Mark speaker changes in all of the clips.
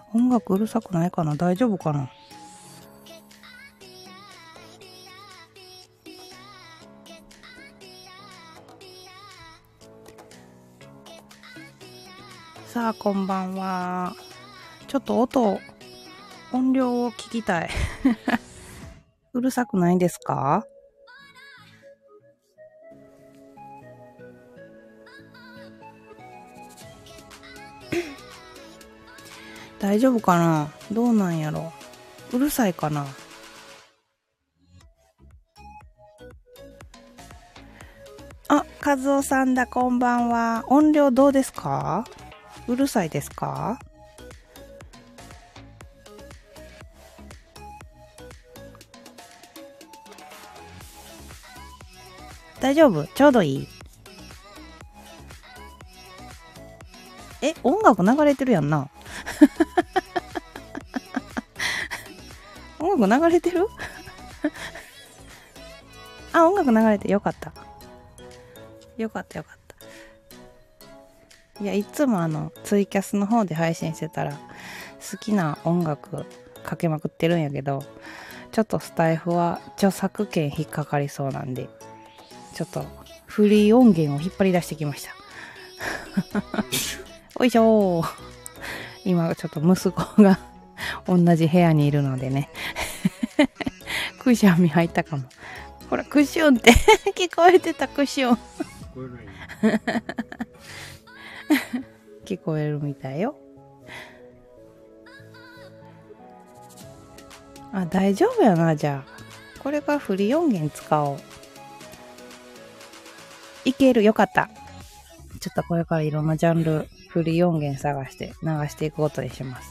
Speaker 1: 音楽うるさくないかな？大丈夫かな？さあ、こんばんは。ちょっと音量を聞きたい。うるさくないですか？大丈夫かな？どうなんやろ？うるさいかな？あ、和夫さんだ、こんばんは。音量どうですか？うるさいですか？大丈夫？ちょうどいい？音楽流れてるやんな。音楽流れてる？あ、音楽流れてよかった。よかったよかった。いや、いつもツイキャスの方で配信してたら、好きな音楽かけまくってるんやけど、ちょっとスタイフは著作権引っかかりそうなんで、ちょっとフリー音源を引っ張り出してきました。おいしょー。今ちょっと息子が同じ部屋にいるのでね。くしゃみ入ったかも。ほら、クシュンって聞こえてた、クシュン。聞こえるみたいよ。あ、大丈夫やな、じゃあ。これからフリー音源使おう。いける、よかった。ちょっとこれからいろんなジャンル、フリー音源探して流していくことにします。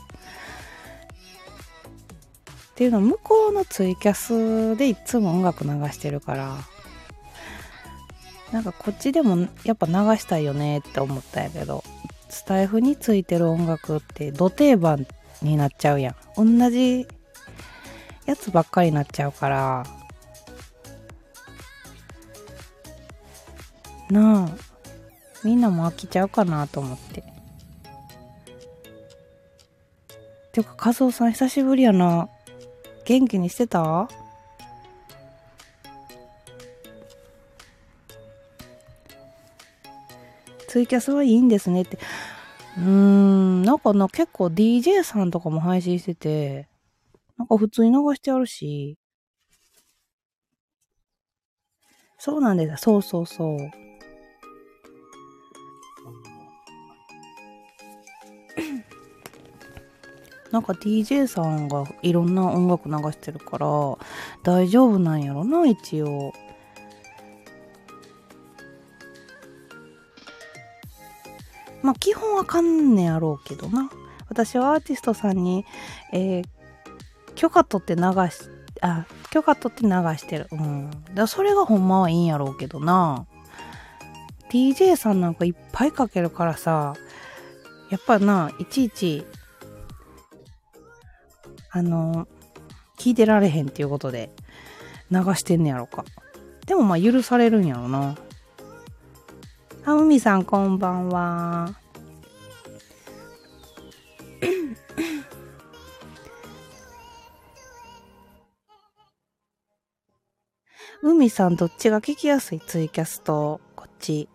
Speaker 1: っていうの向こうのツイキャスでいつも音楽流してるから、なんかこっちでもやっぱ流したいよねって思ったんやけど、スタイフについてる音楽ってド定番になっちゃうやん。同じやつばっかりになっちゃうから、なあ、みんなも飽きちゃうかなと思って。ていうか、和夫さん久しぶりやな。元気にしてた？ツイキャスはいいんですねって。なんか結構 DJ さんとかも配信してて、なんか普通に流してあるし。そうなんです。そうそうそう。なんか DJ さんがいろんな音楽流してるから大丈夫なんやろな、一応。まあ基本はかんねやろうけどな。私はアーティストさんに、許可取って許可取って流してる。それがほんまはいいんやろうけどな。DJ さんなんかいっぱいかけるからさ、やっぱな、いちいち、聞いてられへんっていうことで流してんねやろか。でもまあ許されるんやろな。あ、海さんこんばんは。海さんどっちが聞きやすい？ツイキャスとこっち。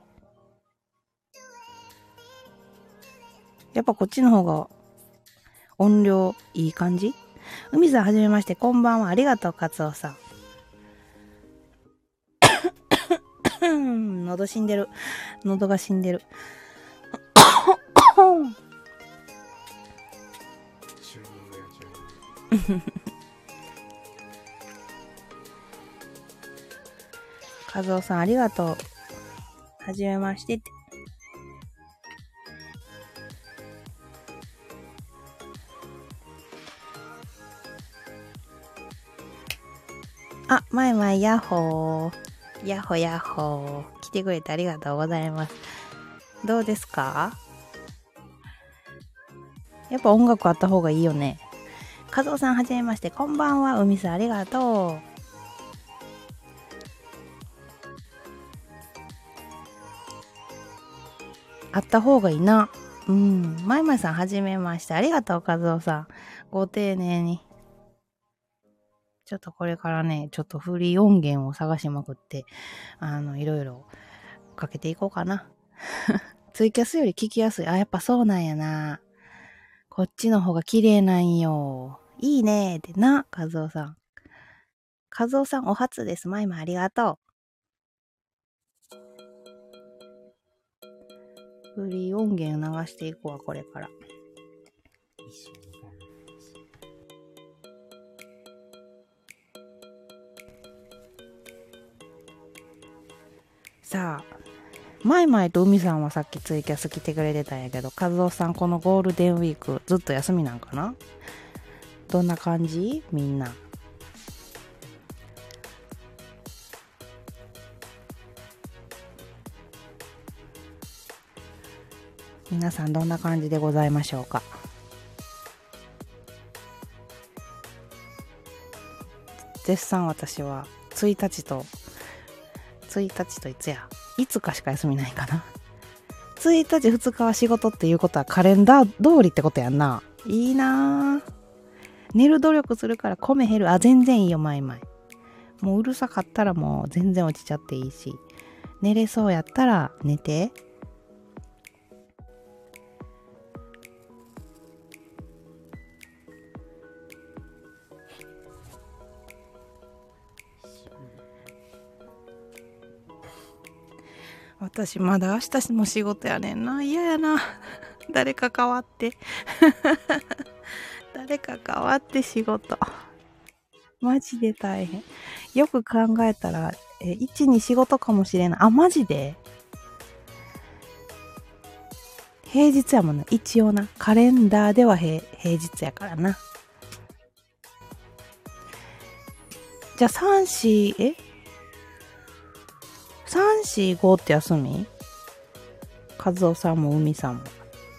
Speaker 1: やっぱこっちの方が音量いい感じ？海さんはじめまして、こんばんは。ありがとう、カツオさん。喉死んでる。喉が死んでる。カズオさんありがとう。はじめましてって。あ、マイマイヤッホー。ヤッホヤッホー。来てくれてありがとうございます。どうですか？やっぱ音楽あった方がいいよね。カズオさんはじめまして。こんばんは。海さんありがとう。あった方がいいな。 まいまいさんはじめまして。ありがとう、和夫さん。ご丁寧に。ちょっとこれからね、ちょっとフリー音源を探しまくって、いろいろかけていこうかな。ツイキャスより聞きやすい。あ、やっぱそうなんやな。こっちの方が綺麗なんよ。いいねーってな、和夫さん。和夫さんお初です。まいまいありがとう。フリー音源流していこうわ、これから。さあ、マイマイと海さんはさっきツイキャス来てくれてたんやけど、和夫さんこのゴールデンウィークずっと休みなんかな？どんな感じ？みんな。皆さんどんな感じでございましょうか？絶賛私は1日といつやいつかしか休みないかな。1日2日は仕事っていうことはカレンダー通りってことやんな。いいなぁ。寝る努力するから米減る。あ、全然いいよ、マイマイ。もううるさかったらもう全然落ちちゃっていいし、寝れそうやったら寝て。私まだ明日も仕事やねんな。嫌やな。誰か代わって。誰か代わって仕事。マジで大変。よく考えたら、1に仕事かもしれない。あ、マジで平日やもんな。一応な。カレンダーでは平日やからな。じゃあ3、4、3、4、5って休み？和夫さんも海さんも。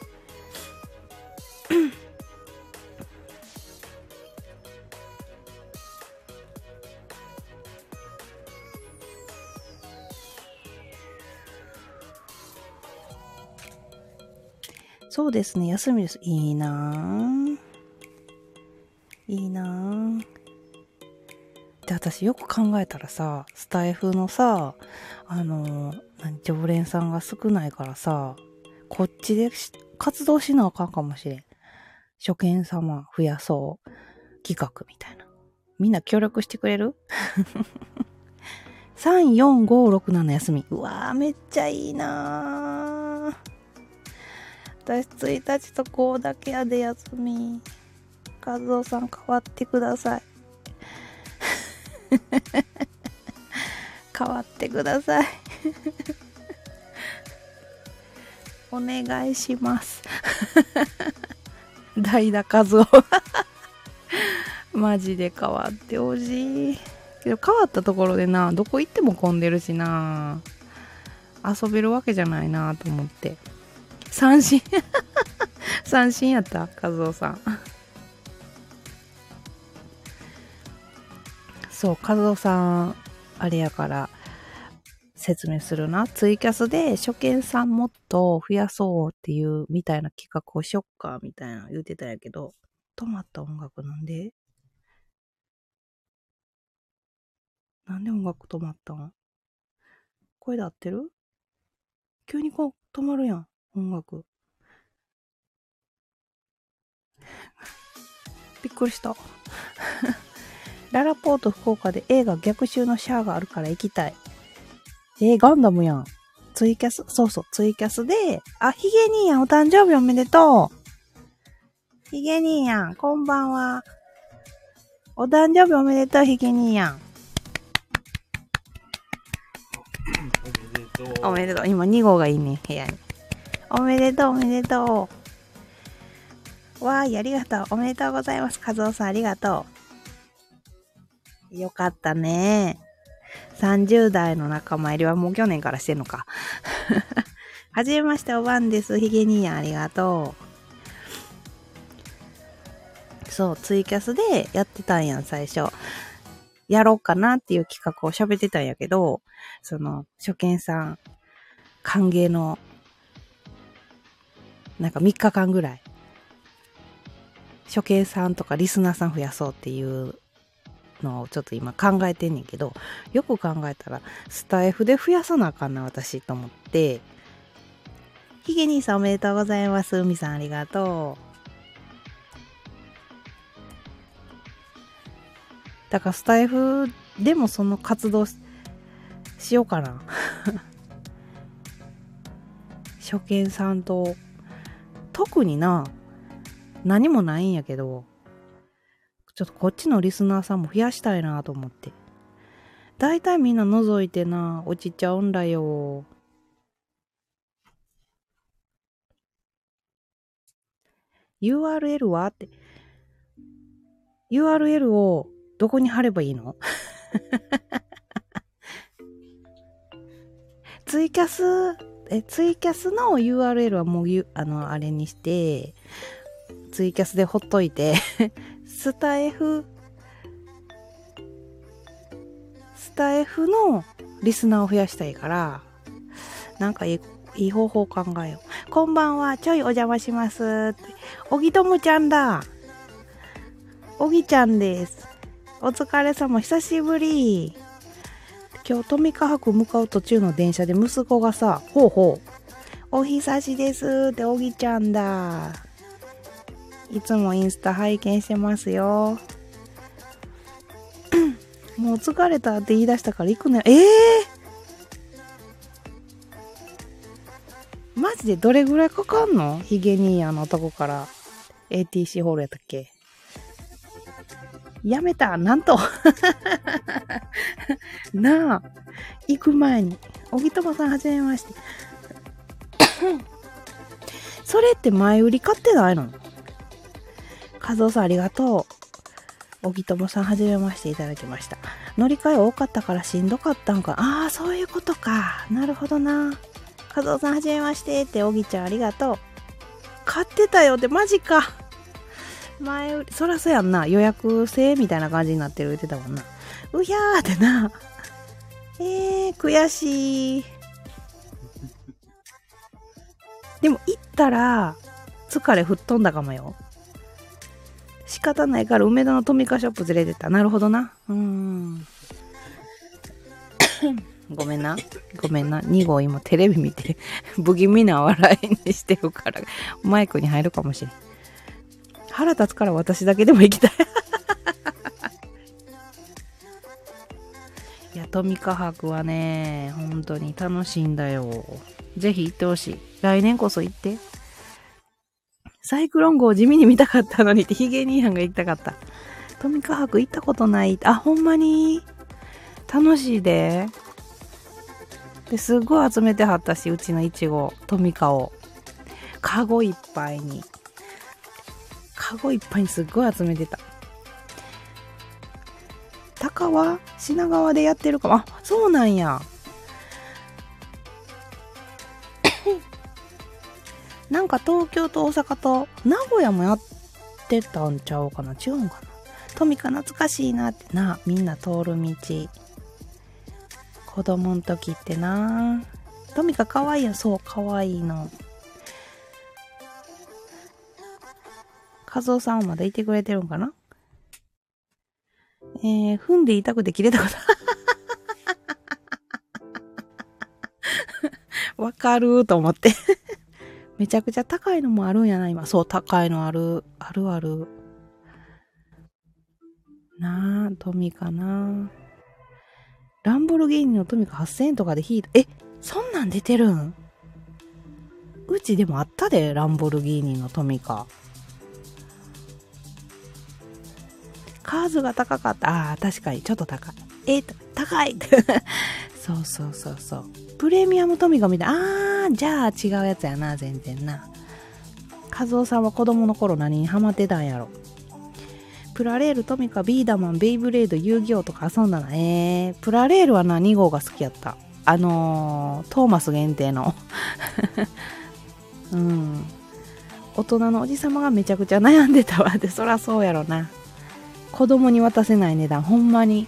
Speaker 1: そうですね、休みです。いいなぁ。いいなぁ。で、私よく考えたらさ、スタイフのさ、常連さんが少ないからさ、こっちで活動しなあかんかもしれん。初見様増やそう企画みたいな。みんな協力してくれる？ 3、4、5、6、7休み。うわぁ、めっちゃいいなぁ。私1日と5だけやで休み。和夫さん変わってください。変わってください。お願いします。代打和夫。マジで変わってほしい。けど変わったところでな、どこ行っても混んでるしな。遊べるわけじゃないなと思って。三振。三振やった和夫さん。そう、和夫さん、あれやから説明するな。ツイキャスで初見さんもっと増やそうっていうみたいな企画をしよっかみたいな言ってたんやけど、止まった音楽なんで音楽止まったん？声で合ってる？急にこう止まるやん、音楽。びっくりした。ララポート福岡で映画逆襲のシャアがあるから行きたい。ガンダムやん。ツイキャス、そうそう、ツイキャスで、あ、ヒゲ兄やん、お誕生日おめでとう。ヒゲ兄やん、こんばんは。お誕生日おめでとう、ヒゲ兄やん。おめでとう。今2号がいいね、部屋に。おめでとう、おめでとう。わーい、ありがとう。おめでとうございます。和夫さん、ありがとう。よかったね。30代の仲間入りはもう去年からしてんのか。はじめまして、おばんです。ヒゲ兄やん、ありがとう。そう、ツイキャスでやってたんやん、最初。やろうかなっていう企画を喋ってたんやけど、その、初見さん、歓迎のなんか3日間ぐらい。初見さんとかリスナーさん増やそうっていうのをちょっと今考えてんねんけど、よく考えたらスタイフで増やさなあかんな私と思って、ヒゲ兄さんおめでとうございます。海さんありがとう。だからスタイフでもその活動 しようかな。初見さんと、特にな、何もないんやけど、ちょっとこっちのリスナーさんも増やしたいなと思って。だいたいみんな覗いてな、落ちちゃうんだよ。URL はって。URL をどこに貼ればいいの？ツイキャスの URL はもうあれにして、ツイキャスでほっといて、スタイフのリスナーを増やしたいから、なんかいい方法を考えよう。こんばんは、ちょいお邪魔しますって。おぎともちゃんだ。おぎちゃんです。お疲れ様、久しぶり。今日富川区向かう途中の電車で息子がさ、ほうほう、お久しですって、おぎちゃんだ。いつもインスタ拝見してますよ。もう疲れたって言い出したから行くね。マジでどれぐらいかかんの？ヒゲ兄のとこから ATC ホールやったっけ？やめた、なんと。なあ、行く前に。おぎともさんはじめまして。それって前売り買ってないの？和夫さんありがとう。おぎともさんはじめましていただきました。乗り換え多かったからしんどかったんか。ああ、そういうことか。なるほどな。和夫さんはじめましてって、おぎちゃんありがとう。買ってたよってマジか。前売り、そらそうやんな。予約制みたいな感じになってる言ってたもんな。うひゃーってな。悔しい。でも行ったら疲れ吹っ飛んだかもよ。仕方ないから梅田のトミカショップ連れてった。なるほどな。ごめんな。2号今テレビ見て不気味な笑いにしてるからマイクに入るかもしれん。腹立つから私だけでも行きたい。いや、トミカ博はね、本当に楽しいんだよ。ぜひ行ってほしい。来年こそ行って。サイクロン号地味に見たかったのにってヒゲ兄さんが行きたかった。トミカ博行ったことない。あ、ほんまに楽しいで。で、すっごい集めてはったし、うちのイチゴ、トミカを。カゴいっぱいにすっごい集めてた。高輪品川でやってるかも。あ、そうなんや。なんか東京と大阪と名古屋もやってたんちゃうかな。違うんかな。トミカ懐かしいなってな。みんな通る道。子供の時ってな。トミカかわいいよ。そう、かわいいの。和夫さんはまだいてくれてるんかな。踏んで痛くて切れたこと。わかると思って。めちゃくちゃ高いのもあるんやな、今。そう、高いのある。あるある。なあ、トミカな。ランボルギーニのトミカ8000円とかで引いた。そんなん出てるん？うちでもあったで、ランボルギーニのトミカ。カーズが高かった。ああ、確かに、ちょっと高い。高いそう。プレミアムトミカみたい。じゃあ違うやつやな、全然な。和夫さんは子供の頃何にハマってたんやろ。プラレール、トミカ、ビーダマン、ベイブレード、遊戯王とか遊んだな。プラレールはな、2号が好きやった。トーマス限定の。大人のおじさまがめちゃくちゃ悩んでたわ。で、そらそうやろな。子供に渡せない値段、ほんまに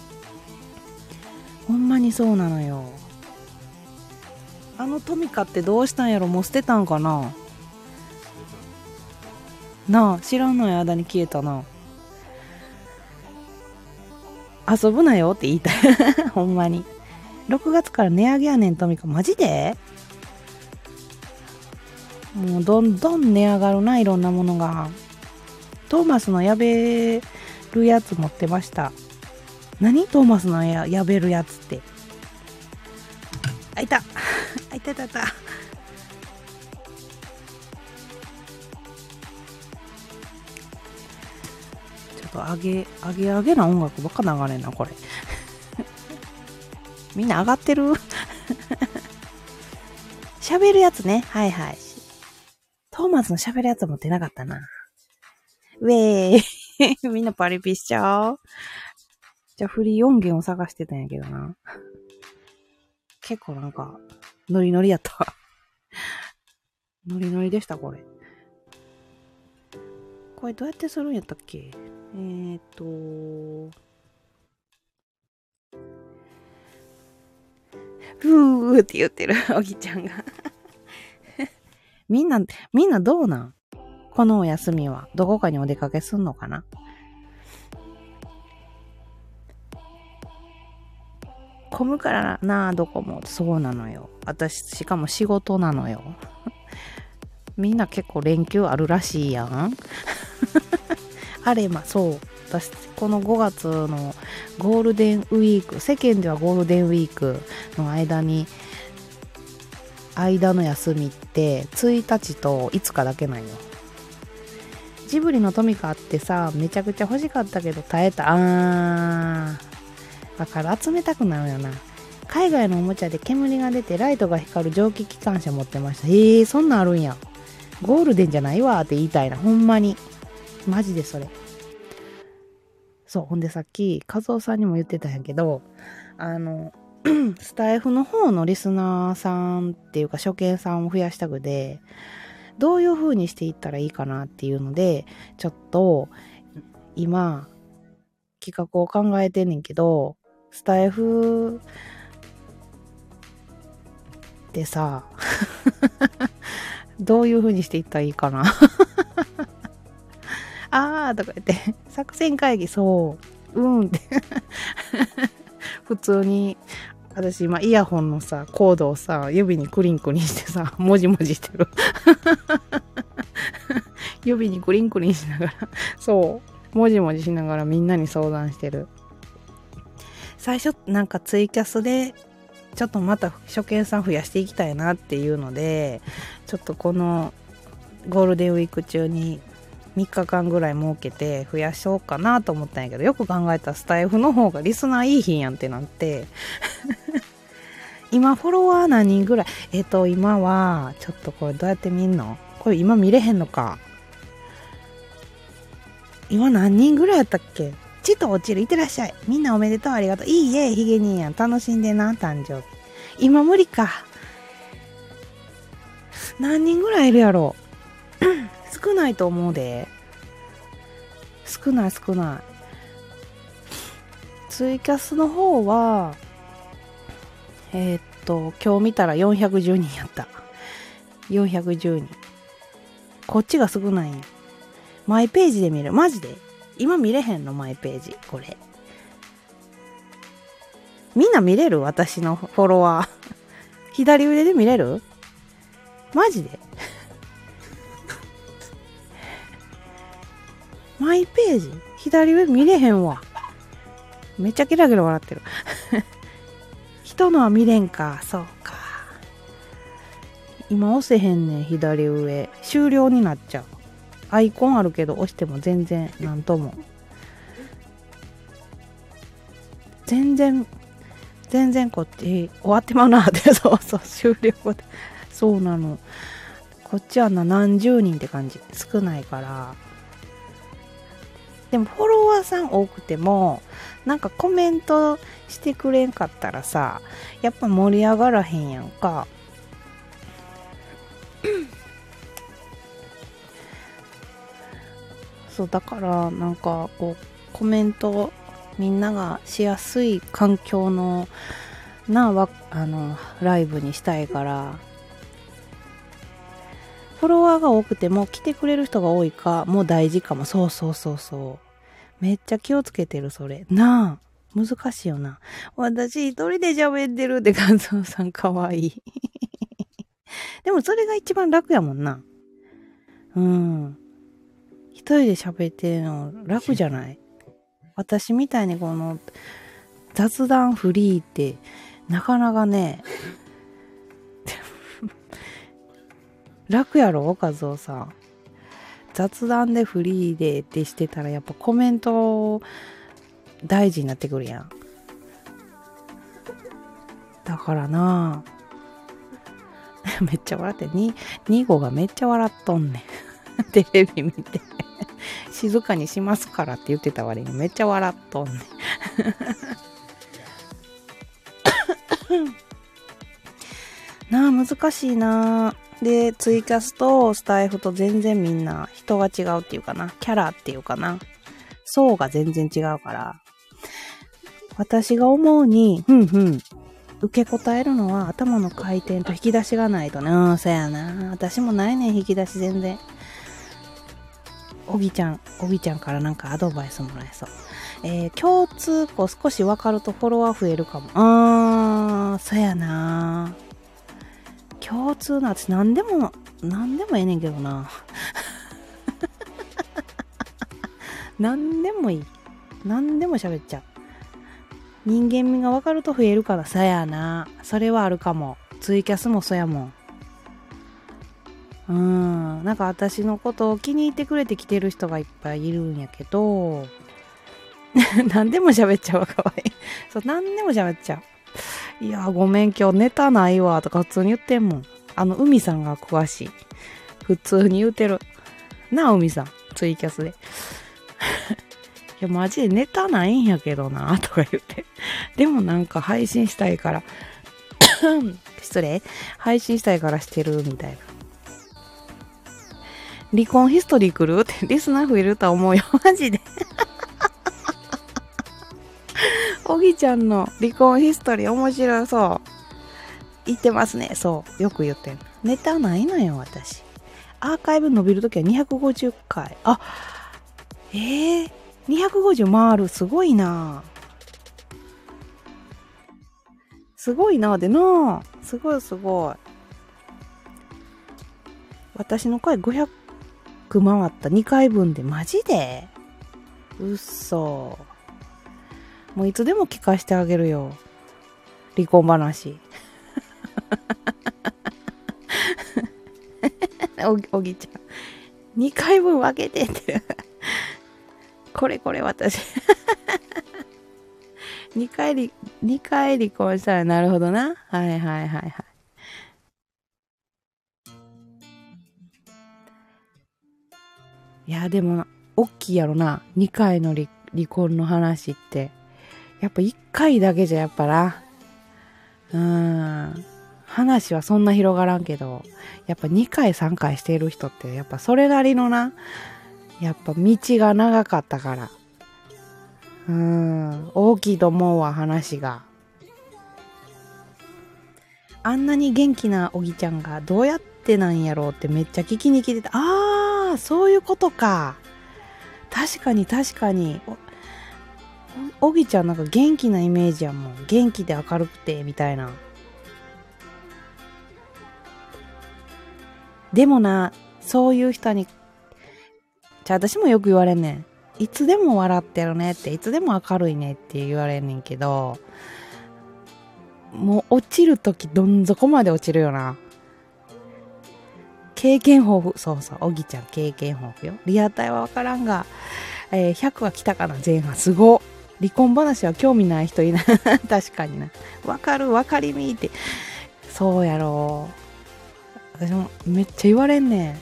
Speaker 1: そうなのよ。トミカってどうしたんやろ。もう捨てたんかな。 なあ、知らない間に消えたな。遊ぶなよって言いたい。ほんまに。6月から値上げやねん、トミカ。マジで？もうどんどん値上がるな、いろんなものが。トーマスのやべるやつ持ってました。何トーマスのやべるやつって。あ、いた。あ、いたいたいた。ちょっと上げな音楽ばっか流れんな、これ。みんな上がってる？喋るやつね。はいはい。トーマスの喋るやつ持ってなかったな。ウェーイ。みんなパリピしちゃう？じゃあフリー音源を探してたんやけどな。結構なんか、ノリノリやった。ノリノリでした、これ。これどうやってするんやったっけ？ふーって言ってる、おぎちゃんが。みんなどうなん？このお休みはどこかにお出かけすんのかな？混むからな、どこも。そうなのよ。私、しかも仕事なのよ。みんな結構連休あるらしいやん。あれ、そう。私、この5月のゴールデンウィーク、世間ではゴールデンウィークの間の休みって1日と5日だけなんよ。ジブリのトミカってさ、めちゃくちゃ欲しかったけど耐えた。だから集めたくなるよな。海外のおもちゃで煙が出てライトが光る蒸気機関車持ってました。そんなんあるんや。ゴールデンじゃないわって言いたいな。ほんまに。マジでそれ。そう。ほんでさっき、和夫さんにも言ってたんやけど、スタイフの方のリスナーさんっていうか初見さんを増やしたくて、どういう風にしていったらいいかなっていうので、ちょっと今企画を考えてんねんけど、スタイフでさ、どういう風にしていったらいいかな。とか言って、作戦会議、って。普通に、私今イヤホンのさ、コードをさ、指にクリンクリンしてさ、もじもじしてる。指にクリンクリンしながら、もじもじしながらみんなに相談してる。最初、なんかツイキャスで、ちょっとまた初見さん増やしていきたいなっていうので、ちょっとこのゴールデンウィーク中に3日間ぐらい設けて増やしようかなと思ったんやけど、よく考えたらスタイフの方がリスナーいい日やんってなって今フォロワー何人ぐらい？今はちょっとこれどうやって見んの？これ今見れへんのか。今何人ぐらいやったっけ？ちと落ちる。いってらっしゃい。みんなおめでとう、ありがとう。いいえ、ヒゲ兄やん。楽しんでな、誕生日。今無理か。何人ぐらいいるやろ。少ないと思うで。少ない。ツイキャスの方は、今日見たら410人やった。410人。こっちが少ないんや。マイページで見る。マジで今見れへんの？マイページ。これ。みんな見れる？私のフォロワー。左上で見れる？マジでマイページ左上見れへんわ。めっちゃゲラゲラ笑ってる。人のは見れんか。そうか。今押せへんねん、左上。終了になっちゃう。アイコンあるけど押しても全然なんとも。全然こっち終わってまうなって。そう終了後で。そうなの。こっちは何十人って感じ。少ないから。でもフォロワーさん多くてもなんかコメントしてくれんかったらさ、やっぱ盛り上がらへんやんか。そうだからなんかこうコメントみんながしやすい環境のライブにしたいから、 フォロワーが多くても来てくれる人が多いかも大事かも。そうそうそうそう。めっちゃ気をつけてる、それ。なあ。難しいよな。私一人で喋ってるって感想さんかわいい。でもそれが一番楽やもんな。うん。一人で喋ってるの楽じゃない？私みたいにこの雑談フリーってなかなかね、楽やろ和夫さん。雑談でフリーでってしてたらやっぱコメント大事になってくるやん。だからなめっちゃ笑って2号がめっちゃ笑っとんねんテレビ見て静かにしますからって言ってた割にめっちゃ笑っとんねんなあ難しいな。でツイキャスとスタイフと全然みんな人が違うっていうかな、キャラっていうかな、層が全然違うから、私が思うに受け答えるのは頭の回転と引き出しがないとね。そやな。私もないねん、引き出し全然。おぎちゃんからなんかアドバイスもらえそう。共通項少し分かるとフォロワー増えるかも。そやな。共通な私何でもええねんけどな。何でもいい。何でも喋っちゃう。人間味が分かると増えるからさやな。それはあるかも。ツイキャスもそやもん。なんか私のことを気に入ってくれて来てる人がいっぱいいるんやけど、何でも喋っちゃうわ、かわいい。そう、何でも喋っちゃう。いや、ごめん、今日ネタないわ、とか普通に言ってんもん。海さんが詳しい。普通に言うてる。なあ、海さん。ツイキャスで。いや、マジでネタないんやけどな、とか言って。でもなんか配信したいから、失礼、配信したいからしてる、みたいな。離婚ヒストリー来るってリスナー増えると思うよ、マジで。おぎちゃんの離婚ヒストリー面白そう。言ってますね。そう。よく言ってんの。ネタないのよ、私。アーカイブ伸びるときは250回。250回る。すごいな。すごいな。でな。すごいすごい。私の回500回った2回分でマジで？うっそ。もういつでも聞かせてあげるよ。離婚話。おぎちゃん。2回分分けてって。これ私。2回離婚したらなるほどな。はい。いや、でも、大きいやろな。2回の離婚の話って。やっぱ1回だけじゃやっぱな。話はそんな広がらんけど、やっぱ2回3回してる人ってやっぱそれなりのな、やっぱ道が長かったから、大きいと思うわ、話が。あんなに元気なおぎちゃんがどうやってなんやろうってめっちゃ聞きに来てた。そういうことか。確かにおぎちゃんなんか元気なイメージやもん。元気で明るくてみたいな。でもな、そういう人に、私もよく言われんねん。いつでも笑ってるねって、いつでも明るいねって言われんねんけど、もう落ちるときどん底まで落ちるよな。経験豊富。そう、おぎちゃん経験豊富よ。リアタイはわからんが、100は来たかな、前半。すごっ。離婚話は興味ない人いない。確かにな。わかりみって。そうやろう。私もめっちゃ言われんねん。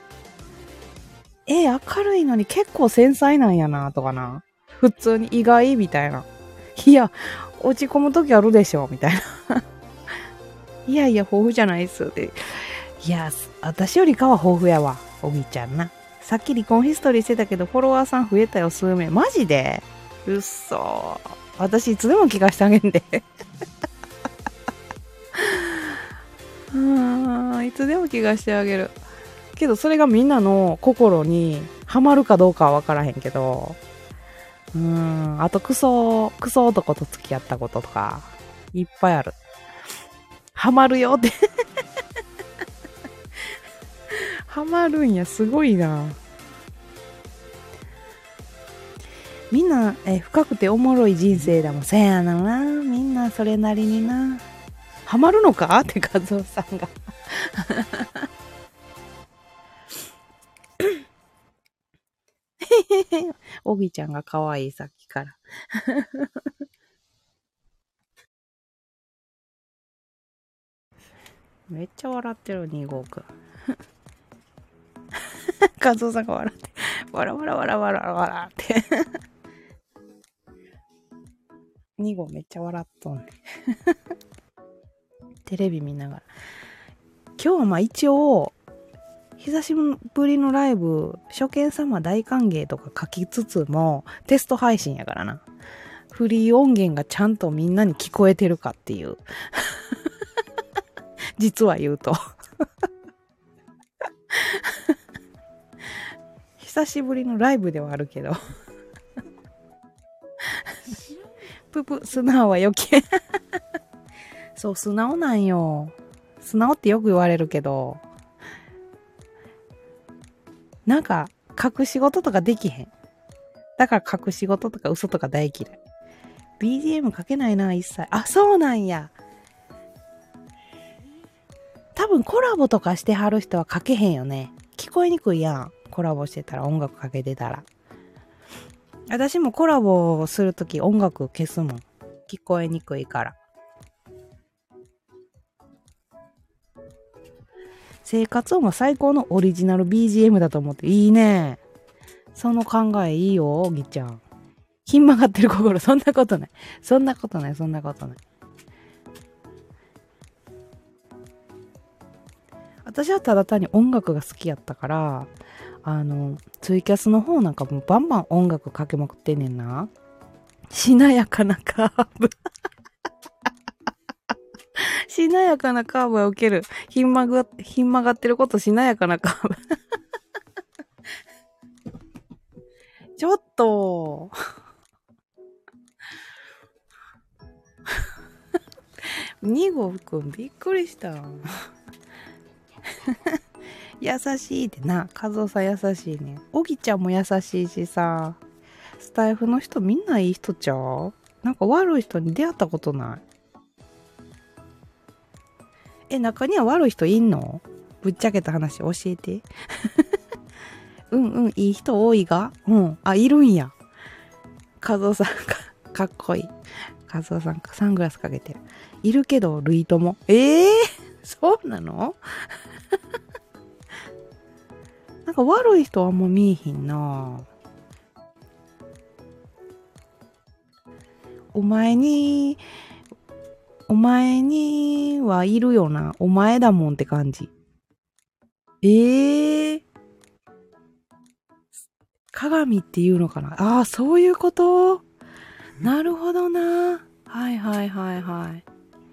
Speaker 1: 明るいのに結構繊細なんやなとかな。普通に意外みたいな。いや、落ち込む時あるでしょみたいな。いや、豊富じゃないっすって。いや、私よりかは豊富やわ。おぎちゃんな。さっき離婚ヒストリーしてたけど、フォロワーさん増えたよ、数名。マジで？うっそー。私いつでも聞かしてあげんで。いつでも聞かしてあげる。 けどそれがみんなの心にハマるかどうかは分からへんけど、あとクソ男と付き合ったこととかいっぱいある。ハマるよってハマるんや、すごいな。みんな深くておもろい人生だもん。せやなな、みんなそれなりにな。ハマるのかってカズオさんがおぎちゃんが可愛い、さっきからめっちゃ笑ってる、2号くんカズオさんが笑って、わらわらわらわらわらって2号めっちゃ笑っとんねテレビ見ながら。今日はまあ一応久しぶりのライブ、初見様大歓迎とか書きつつもテスト配信やからな。フリー音源がちゃんとみんなに聞こえてるかっていう実は言うと久しぶりのライブではあるけどぷぷ、素直は余計そう、素直なんよ。素直ってよく言われるけど、なんか隠し事とかできへん。だから隠し事とか嘘とか大嫌い。BGM 書けないな、一切。あ、そうなんや。多分コラボとかしてはる人は書けへんよね。聞こえにくいやん。コラボしてたら、音楽かけてたら。私もコラボするとき音楽消すもん。聞こえにくいから。生活音が最高のオリジナル BGM だと思って。いいね。その考えいいよ、ぎっちゃん。ひん曲がってる心、そんなことない。そんなことない、そんなことない。私はただ単に音楽が好きやったから、ツイキャスの方なんかもうバンバン音楽かけまくってんねんな。しなやかなカーブ。しなやかなカーブは受ける。ひん曲がってることしなやかなカーブ。ちょっと。2号くんびっくりした。優しいってな。和夫さん優しいね。おぎちゃんも優しいしさ。スタイフの人みんないい人ちゃう？なんか悪い人に出会ったことない？中には悪い人いんの？ぶっちゃけた話教えて。いい人多いが？あ、いるんや。和夫さんかっこいい。和夫さんサングラスかけてる。いるけど、類とも。そうなの？なんか悪い人はあんま見えひんな。お前にはいるよな。お前だもんって感じ。鏡っていうのかな。ああ、そういうこと？なるほどな。はいはいはいはい。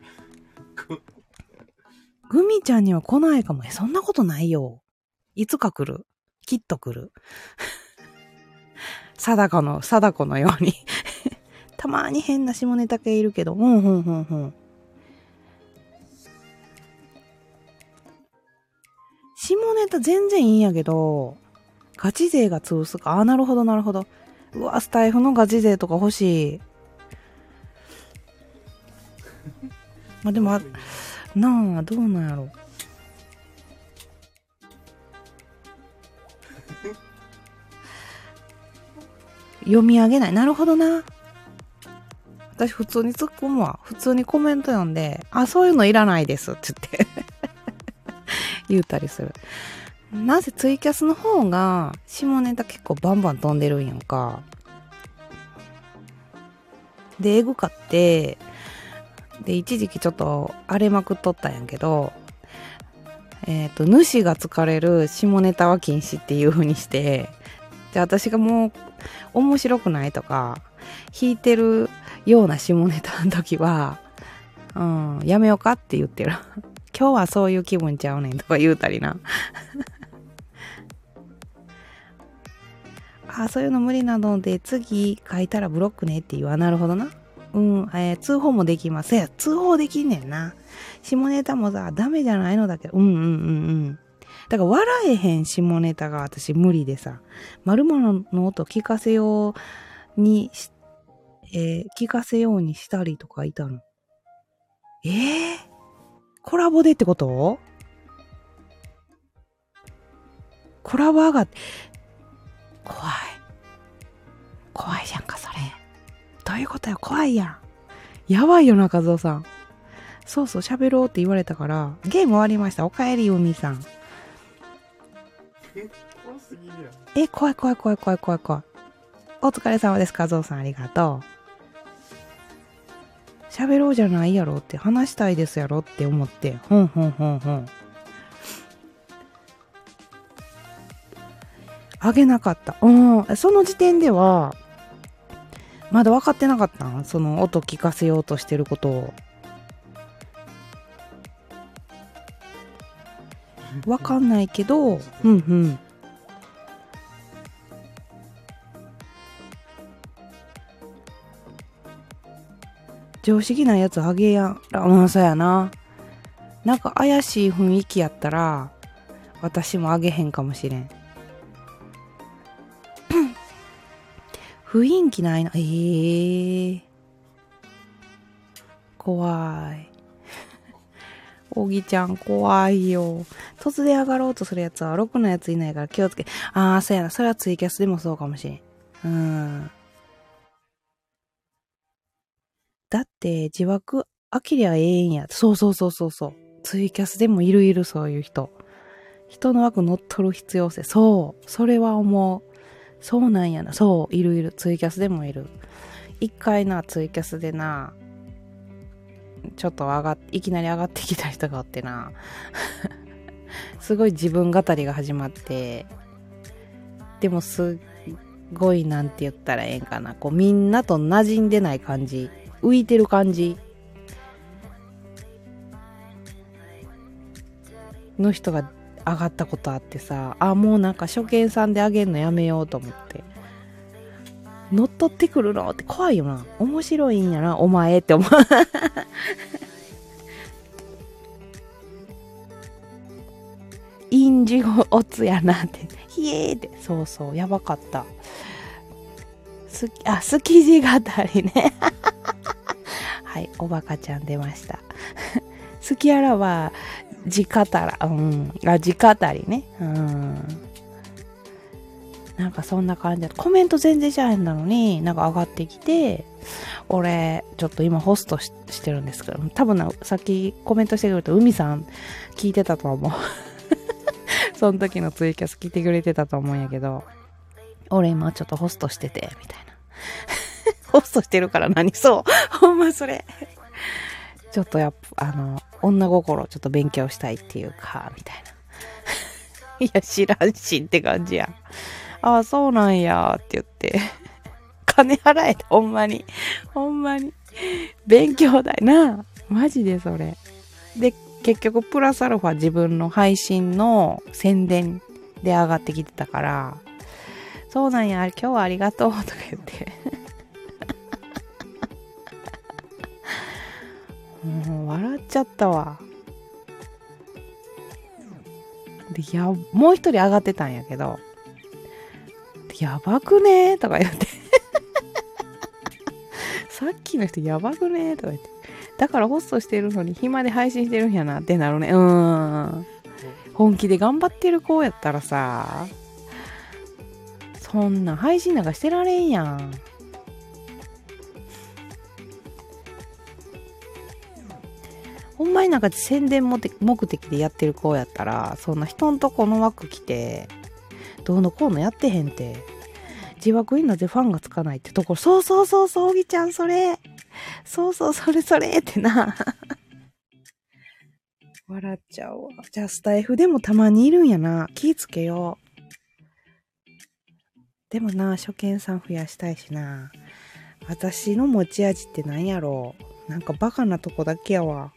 Speaker 1: グミちゃんには来ないかも。そんなことないよ。いつか来る。きっと来る。貞子のように。たまに変な下ネタ系いるけど。下ネタ全然いいんやけど、ガチ勢が潰すか。あ、なるほどなるほど。うわ、スタイフのガチ勢とか欲しい。まあでも、なあ、どうなんやろ。読み上げない。なるほどな。私普通に突っ込むわ。普通にコメント読んで、あ、そういうのいらないですって言って言うたりする。なぜツイキャスの方が下ネタ結構バンバン飛んでるんやんか。で、エグかって、で、一時期ちょっと荒れまくっとったんやけど、主が疲れる下ネタは禁止っていう風にして、で、私がもう面白くないとか、弾いてるような下ネタの時は、やめようかって言ってる。今日はそういう気分ちゃうねんとか言うたりな。 あ、そういうの無理なので次書いたらブロックねって言わ。なるほどな。通報もできます。いや、通報できんねんな。下ネタもさ、ダメじゃないのだけど。だから笑えへん下ネタが私無理でさ。〇〇の音聞かせように聞かせようにしたりとかいたの。コラボでってこと？コラボ上がって、怖いじゃんか、それ。どういうことよ、怖いやん。やばいよな、和夫さん。そうそう、喋ろうって言われたから、ゲーム終わりました。おかえり、海さん。怖い。お疲れ様です、和夫さん、ありがとう。喋ろうじゃないやろって、話したいですやろって思って、ほん。あげなかった。その時点では、まだ分かってなかったん？その音聞かせようとしてることを。分かんないけど、常識なやつあげやん。そうやな。なんか怪しい雰囲気やったら、私もあげへんかもしれん。雰囲気ないな。怖い。おぎちゃん怖いよ。突然上がろうとするやつは、ろくなやついないから気をつけ。そうやな。それはツイキャスでもそうかもしれん。だって、自爆飽きりゃええんや。そう。ツイキャスでもいる、そういう人。人の枠乗っ取る必要性。そう。それは思う。そうなんやな。そう。いる。ツイキャスでもいる。一回な、ツイキャスでな、ちょっといきなり上がってきた人がおってな。すごい自分語りが始まって、でもすっごいなんて言ったらええんかな。こうみんなと馴染んでない感じ。浮いてる感じの人が上がったことあってさ、もうなんか初見さんで上げんのやめようと思って。乗っ取ってくるのって怖いよな。面白いんやな、お前って思う。インジゴオツやなって。ひえーって。そう、やばかった。好き字語りね。はい、おバカちゃん出ました。好きやらは、字語ら、字語りね。なんかそんな感じだ。コメント全然しゃへんなのに、なんか上がってきて、俺、ちょっと今ホスト してるんですけど、多分な、さっきコメントしてくれた海さん聞いてたと思う。その時のツイキャス聞いてくれてたと思うんやけど、俺今ちょっとホストしてて、みたいな。ホストしてるから何そう。ほんまそれ。ちょっと女心ちょっと勉強したいっていうか、みたいな。いや、知らんしって感じや。そうなんやって言って。金払えて、ほんまに。勉強代な。マジでそれ。で、結局プラスアルファ自分の配信の宣伝で上がってきてたから、そうなんや、今日はありがとうとか言って。もう笑っちゃったわ。で、もう一人上がってたんやけど、やばくねーとか言って。さっきの人やばくねーとか言って。だからホストしてるのに暇で配信してるんやなってなるね。本気で頑張ってる子やったらさ、そんな配信なんかしてられんやん。ほんまになんか宣伝目的でやってる子やったら、そんな人んとこの枠来て、どうのこうのやってへんて。自爆いんのでファンがつかないってところ、そう、おぎちゃんそれ。それってな。笑っちゃうわ。じゃあスタイフでもたまにいるんやな。気ぃつけよう。でもな、初見さん増やしたいしな。私の持ち味って何やろう。なんかバカなとこだけやわ。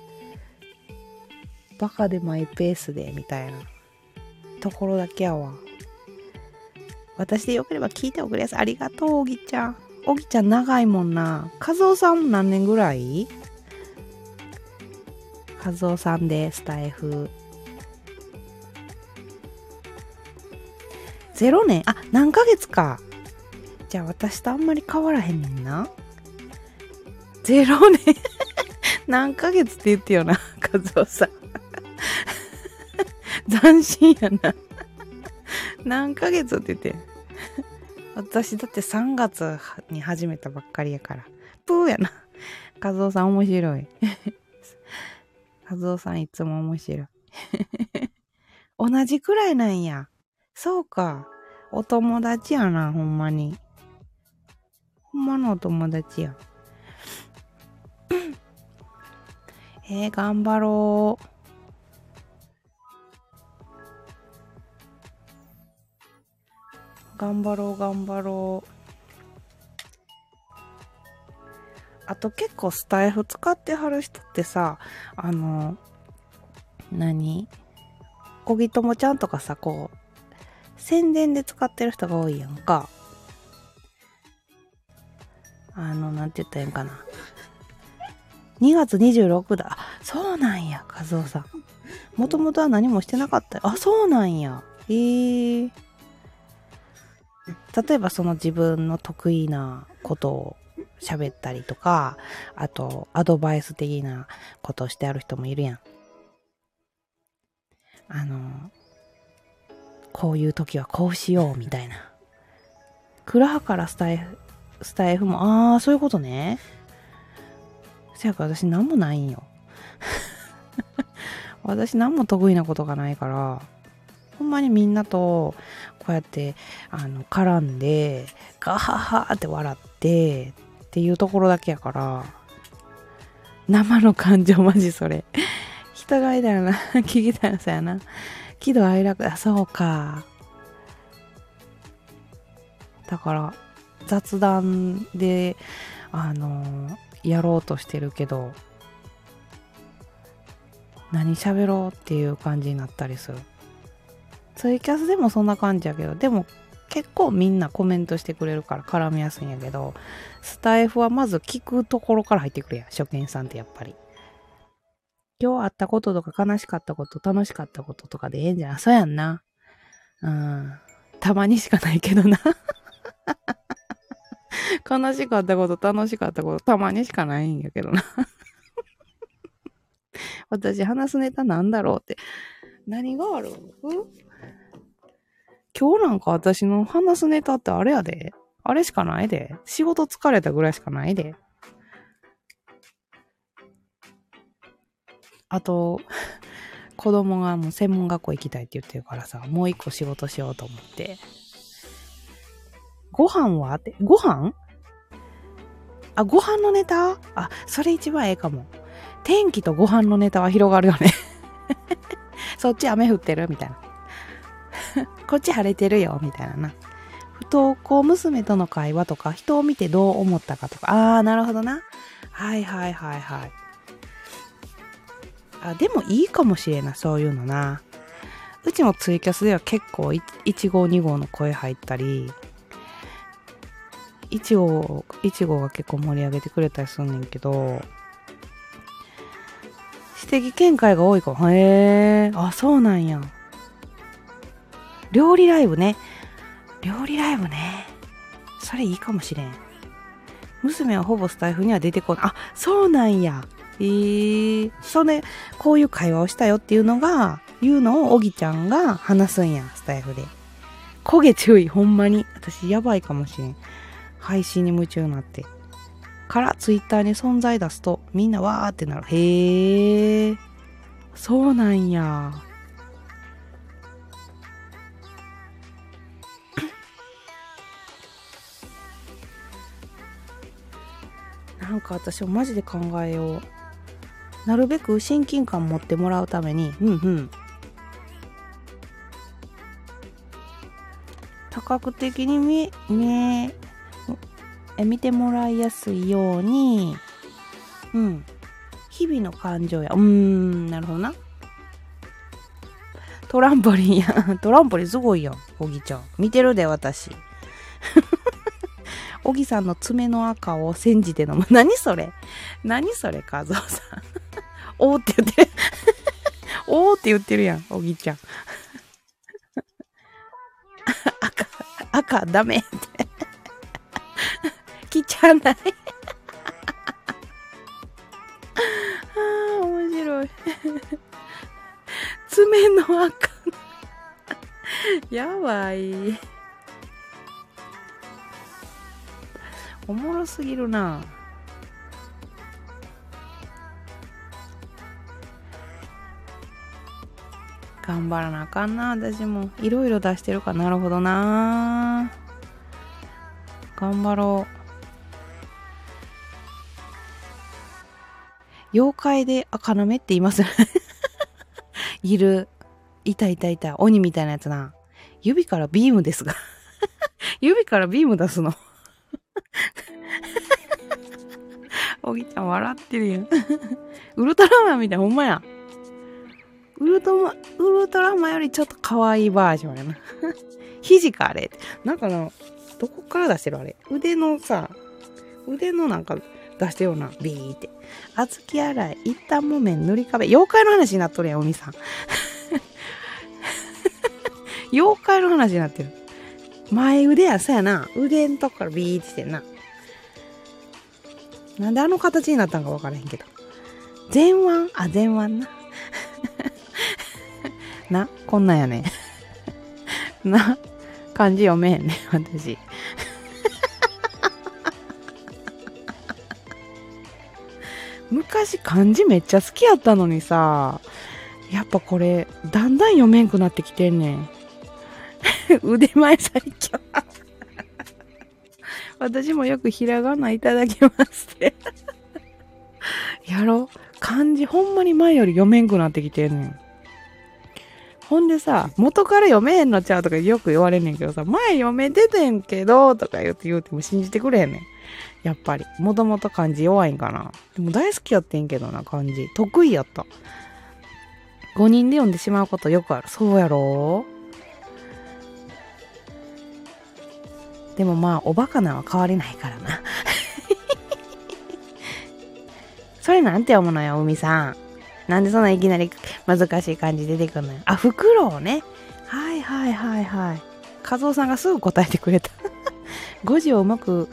Speaker 1: バカでマイペースでみたいなところだけやわ。 私でよければ聞いておくれやす。ありがとう、おぎちゃん。おぎちゃん長いもんな。和夫さん何年ぐらい？和夫さんでスタイフ。0年？あ、何ヶ月か。じゃあ私とあんまり変わらへんねんな。0年何ヶ月って言ってよな、和夫さん。斬新やな。何ヶ月って言って。私だって3月に始めたばっかりやから。プーやな。和夫さん面白い。和夫さんいつも面白い。同じくらいなんや。そうか。お友達やな、ほんまに。ほんまのお友達や。頑張ろう。頑張ろう。あと結構スタイフ使ってはる人ってさ、小木友ちゃんとかさ、こう、宣伝で使ってる人が多いやんか。なんて言ったらいいんかな。2月26だ。そうなんや、和夫さん。もともとは何もしてなかったよ。あ、そうなんや。例えばその自分の得意なことを喋ったりとか、あとアドバイス的なことをしてある人もいるやん。こういう時はこうしようみたいな。蔵派からスタイフも、そういうことね。せやから私何もないんよ。私何も得意なことがないから、ほんまにみんなとこうやって絡んでガハハって笑ってっていうところだけやから、生の感情マジそれ。人がいたらな、聞きたいのさやな。喜怒哀楽、そうか。だから雑談でやろうとしてるけど、何喋ろうっていう感じになったりする。ツイキャスでもそんな感じやけど、でも結構みんなコメントしてくれるから絡みやすいんやけど、スタイフはまず聞くところから入ってくるやん、初見さんってやっぱり。今日あったこととか悲しかったこと、楽しかったこととかでええんじゃん。そうやんな。たまにしかないけどな。悲しかったこと、楽しかったこと、たまにしかないんやけどな。私話すネタなんだろうって。何がある？今日なんか私の話すネタってあれやで。あれしかないで。仕事疲れたぐらいしかないで。あと、子供がもう専門学校行きたいって言ってるからさ、もう一個仕事しようと思って。ご飯はって、ご飯のネタ？それ一番ええかも。天気とご飯のネタは広がるよね。そっち雨降ってるみたいな。こっち晴れてるよみたいなな。不登校娘との会話とか、人を見てどう思ったかとか。なるほどな。はい。でもいいかもしれんな、そういうのな。うちもツイキャスでは結構1号2号の声入ったり、1号が結構盛り上げてくれたりすんねんけど、指摘見解が多いかも。そうなんや。料理ライブね。それいいかもしれん。娘はほぼスタイフには出てこない。そうなんや。こういう会話をしたよっていうのをおぎちゃんが話すんや、スタイフで。焦げ注意、ほんまに。私やばいかもしれん。配信に夢中になって。からツイッターに存在出すとみんなわーってなる。へー。そうなんや。なんか私もマジで考えよう。なるべく親近感持ってもらうために、多角的に見てもらいやすいように、日々の感情や、なるほどな。トランポリンすごいやん。 おぎちゃん。見てるで、私。おぎさんの爪の赤を煎じて飲む。何それ何それ、和夫さん。おーって言ってる。おーって言ってるやん、おぎちゃん。赤、ダメって。汚い。面白い。爪の赤。やばい。おもろすぎるな。頑張らなあかんな。私もいろいろ出してるから。なるほどな。頑張ろう。妖怪で赤なめって言いますいる。いた。鬼みたいなやつな。指からビームですが。指からビーム出すの。おぎちゃん笑ってるやん。ウルトラマンみたいな、ほんまや。ウルトラマンよりちょっと可愛いバージョンやな。肘かあれ。なんかどこから出してるあれ。腕のなんか出してるような。ビーって。小豆洗い、一旦木綿塗り壁。妖怪の話になっとるやん、海さん。妖怪の話になってる。前腕や、そうやな。腕んとこからビーってしてんな。なんであの形になったんか分からへんけど。前腕な。な、こんなんやね。な、漢字読めへんね、私。昔漢字めっちゃ好きやったのにさ、やっぱこれ、だんだん読めんくなってきてんねん。腕前最強。私もよくひらがないただきますって。やろ、漢字ほんまに前より読めんくなってきてんねん。ほんでさ、元から読めへんのちゃうとかよく言われんねんけどさ、前読めててんけど、とか言うても信じてくれへんねん。やっぱり。もともと漢字弱いんかな。でも大好きやってんけどな、漢字。得意やった。5人で読んでしまうことよくある。そうやろ？でもまあ、おバカなは変わりないからな。それなんて読むのよ、海さん。なんでそんないきなり難しい漢字出てくるのよ。あ、フクロウね。はい。和夫さんがすぐ答えてくれた。5時をうまく、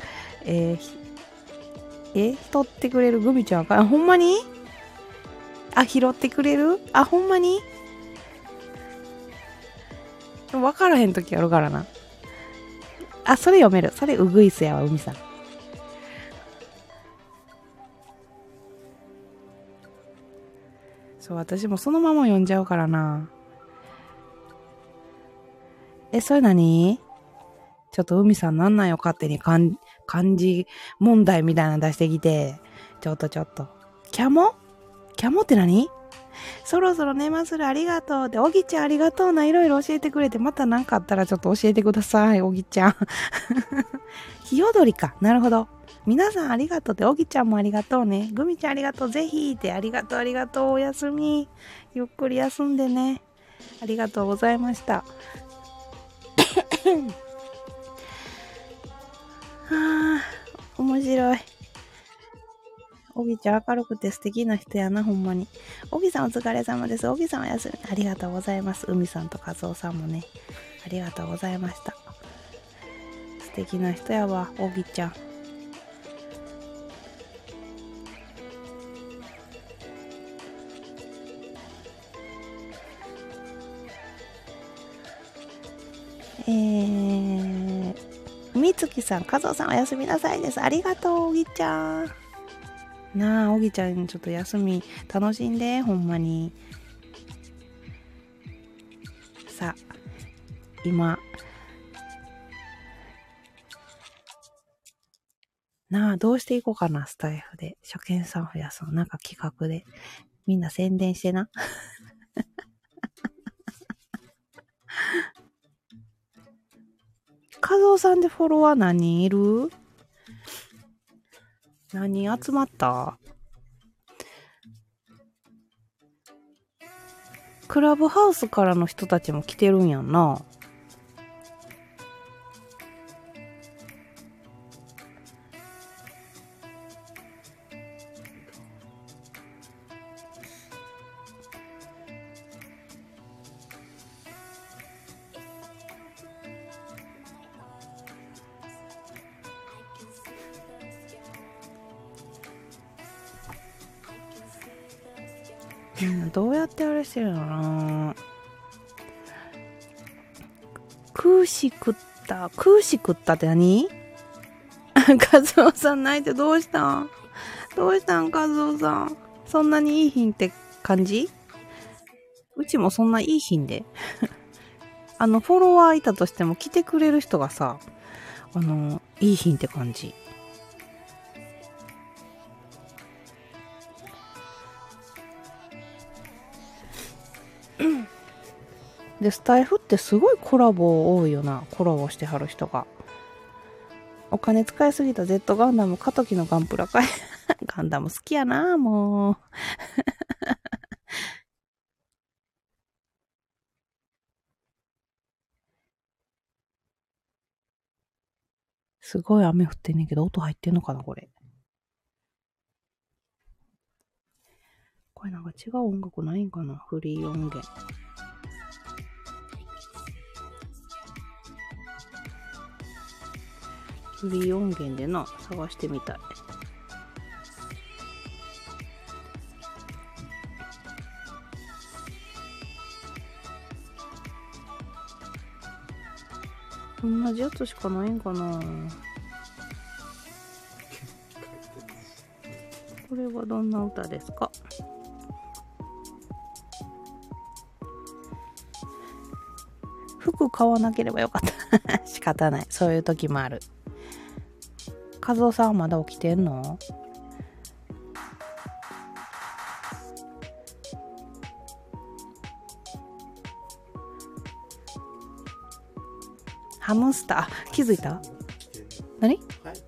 Speaker 1: 拾ってくれるグミちゃんか。ほんまに？あ、拾ってくれる？あ、ほんまに？わからへんときあるからな。あ、それ読める。それウグイスやわ、海さん。そう、私もそのまま読んじゃうからな。それ何？ちょっと海さんなんなんよ、勝手に漢字問題みたいなの出してきて。ちょっと。キャモって何？そろそろ寝まする、ありがとう。で、おぎちゃんありがとうな、いろいろ教えてくれて、また何かあったらちょっと教えてください、おぎちゃん。ひよどりか。なるほど。皆さんありがとうって、おぎちゃんもありがとうね。ぐみちゃんありがとう、ぜひって、ありがとう、おやすみ。ゆっくり休んでね。ありがとうございました。はぁ、面白い。おぎちゃん明るくて素敵な人やな、ほんまに。おぎさんお疲れ様です。おぎさんおやすみ。ありがとうございます。海さんと和夫さんもね。ありがとうございました。素敵な人やわ、おぎちゃん。みつきさん、和夫さんおやすみなさいです。ありがとう、おぎちゃん。なあ、おぎちゃんちょっと休み楽しんで、ほんまに。さあ、今、なあ、どうしていこうかな、スタイフで。初見さん増やすの、なんか企画で。みんな宣伝してな。和夫さんでフォロワー何人いる？何人集まった？クラブハウスからの人たちも来てるんやんな。 どうやってあれしてるのな。空し食ったって何？カズオさん泣いてどうしたんカズオさん。そんなにいい品って感じ？うちもそんないい品で。フォロワーいたとしても来てくれる人がさ、いい品って感じ。で、スタイフってすごいコラボ多いよな。コラボしてはる人が。お金使いすぎた Z ガンダム、過渡期のガンプラかい。ガンダム好きやな、もう。すごい雨降ってんねんけど、音入ってんのかな、これ。これなんか違う音楽ないんかな、フリー音源。フリー音源でな、探してみたい。同じやつしかないんかな。これはどんな歌ですか？服買わなければよかった。仕方ない。そういう時もある。和夫さんはまだ起きてんの？ハムスター、気づいた？何？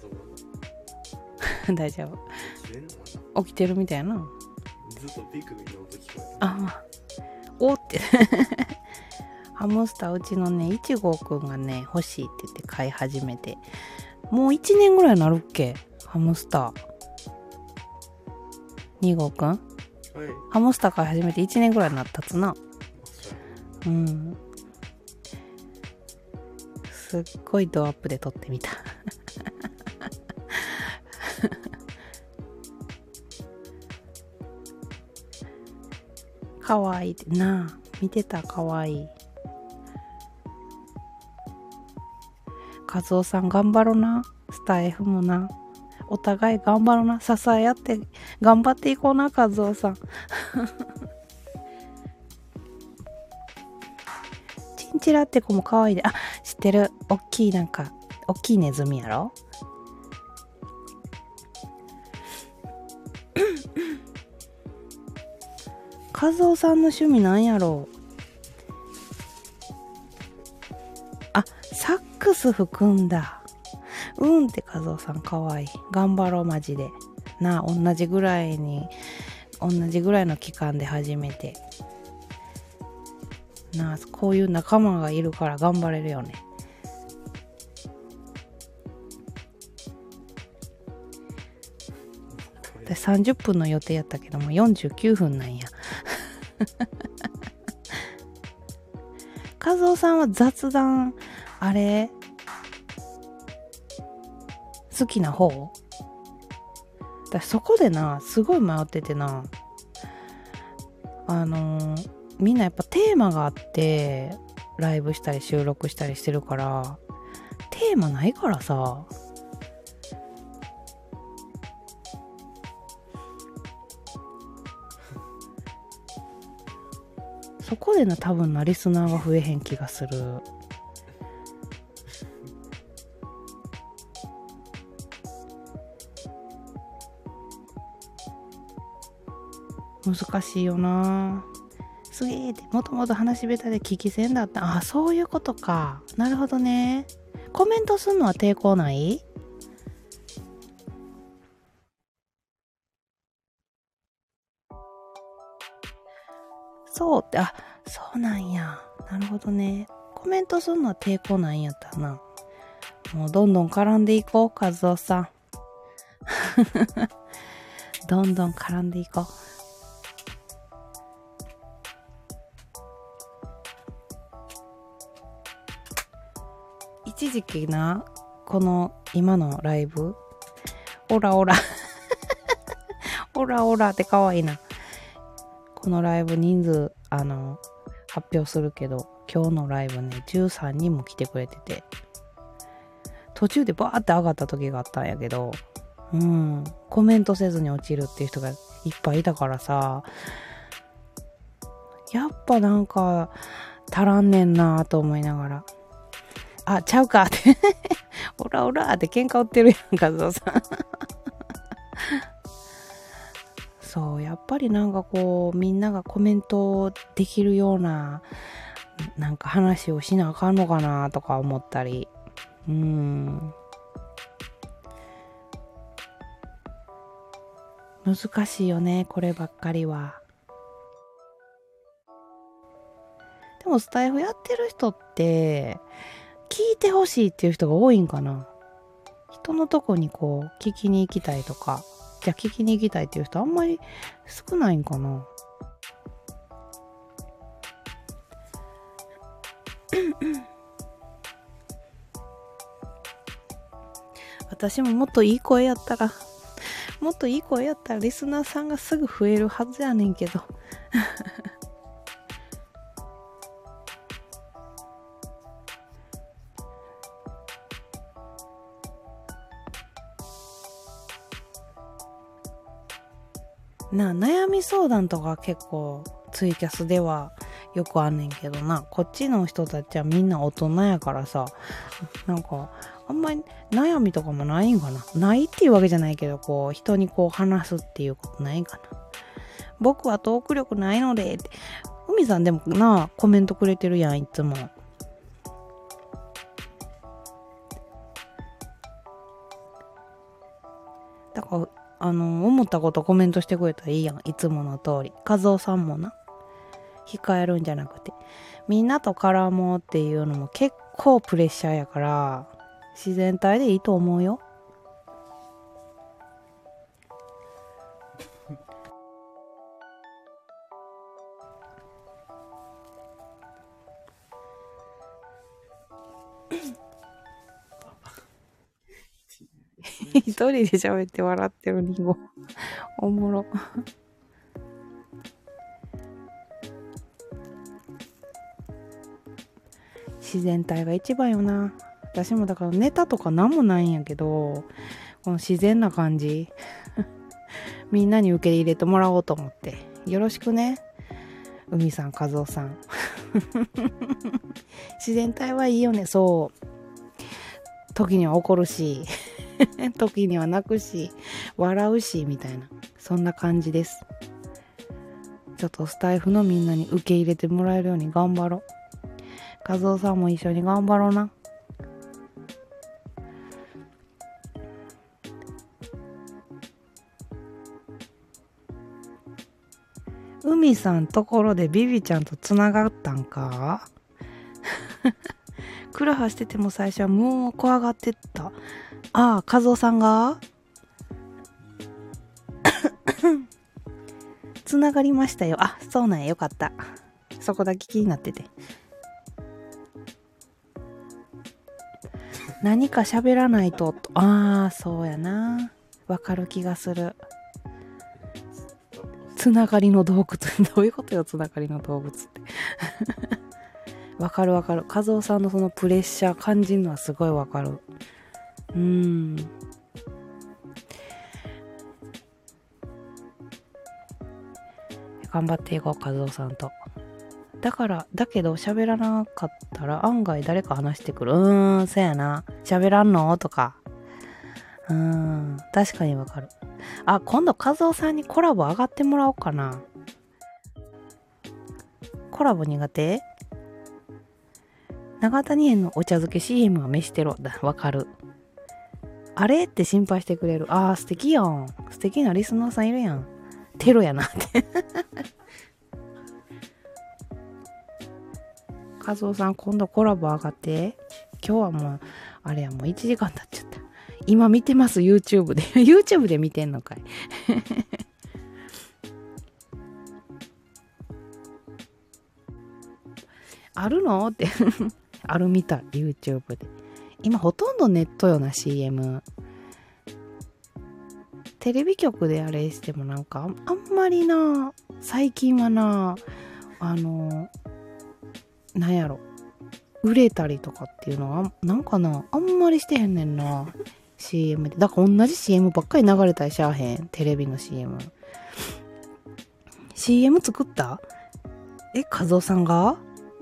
Speaker 1: 大丈夫。起きてるみたいな。
Speaker 2: ずっとビクビクの音聞こえる。
Speaker 1: あ、おって。ハムスター、うちのね、1号くんがね、欲しいって言って飼い始めて。もう1年ぐらいなるっけ？ハムスター。2号くん？はい。ハムスター飼い始めて1年ぐらいになったつな。うん。すっごいドアップで撮ってみた。かわいいってなあ、見てた。かわいい。和夫さん頑張ろな。スタイフもな。お互い頑張ろな。支え合って頑張っていこうな、和夫さん。チンチラって子もかわいいで。あ、知ってる。おっきいなんか、おっきいネズミやろ？和夫さんの趣味なんやろう？あ、サックス吹くんだ。うんって和夫さんかわいい。頑張ろう、マジで。なあ、同じぐらいの期間で始めて。なあ、こういう仲間がいるから頑張れるよね。で30分の予定やったけども49分なんや。和夫さんは雑談、あれ好きな方？私そこでな、すごい迷っててな。みんなやっぱテーマがあってライブしたり収録したりしてるから、テーマないからさ。そこでな、多分な、リスナーが増えへん気がする。難しいよな。すげーって、もともと話し下手で聞き戦だった。あ、そういうことか。なるほどね。コメントするのは抵抗ない？そうって、あ、そうなんや。なるほどね。コメントするのは抵抗ないんやったな。もうどんどん絡んでいこう、和夫さん。どんどん絡んでいこう。一時期な、この今のライブ、オラオラオラオラって可愛いな。 このライブ人数発表するけど、今日のライブね13人も来てくれてて、途中でバーって上がった時があったんやけど、コメントせずに落ちるっていう人がいっぱいいたからさ、やっぱなんか足らんねんなと思いながら、あ、ちゃうかってオラオラって喧嘩売ってるやんか、そうさそうやっぱりなんかこうみんながコメントできるようななんか話をしなあかんのかなとか思ったり、難しいよねこればっかりは。でもスタイフやってる人って聞いてほしいっていう人が多いんかな。人のとこにこう聞きに行きたいとか、じゃあ聞きに行きたいっていう人あんまり少ないんかな。私ももっといい声やったらリスナーさんがすぐ増えるはずやねんけど悩み相談とか結構ツイキャスではよくあんねんけどな、こっちの人たちはみんな大人やからさ、なんかあんまり悩みとかもないんかな。ないっていうわけじゃないけど、こう人にこう話すっていうことないんかな。僕はトーク力ないのでって、海さんでもコメントくれてるやんいつも。だから思ったことコメントしてくれたらいいやん、いつもの通り。和夫さんもな、控えるんじゃなくてみんなと絡もうっていうのも結構プレッシャーやから、自然体でいいと思うよ。一人で喋って笑ってるリンゴおもろ自然体が一番よな。私もだからネタとかなんもないんやけど、この自然な感じみんなに受け入れてもらおうと思って、よろしくね海さん、和夫さん自然体はいいよね。そう時には怒るし時には泣くし笑うしみたいな、そんな感じです。ちょっとスタイフのみんなに受け入れてもらえるように頑張ろう。和夫さんも一緒に頑張ろうな。海さんところでビビちゃんとつながったんかクラハしてても最初はもう怖がってった。ああ、和夫さんがつながりましたよ。あ、そうなんや、よかった。そこだけ気になってて。何か喋らないと。ああ、そうやな。わかる気がする。つながりの洞窟どういうことよ、つながりの洞窟ってわかるわかる。和夫さんのそのプレッシャー感じるのはすごいわかる。頑張っていこう、和夫さんと。だけど喋らなかったら案外誰か話してくる。そやな。喋らんのとか。確かにわかる。あ、今度和夫さんにコラボ上がってもらおうかな。コラボ苦手？長谷園のお茶漬け CM は飯テロだ。わかる。あれって心配してくれる。あー、素敵やん。素敵なリスナーさんいるやん。テロやなって和夫さん今度コラボ上がって。今日はもうあれや、もう1時間経っちゃった。今見てます、 YouTube でYouTube で見てんのかいあるのってあるみたい、 YouTube で。今ほとんどネットよな、 CM。 テレビ局であれしてもなんかあんまりな最近はな、なんやろ、売れたりとかっていうのはなんかな、あんまりしてへんねんな。CM で。だから同じ CM ばっかり流れたりしゃあへん。テレビの CM。CM 作った？和夫さんが？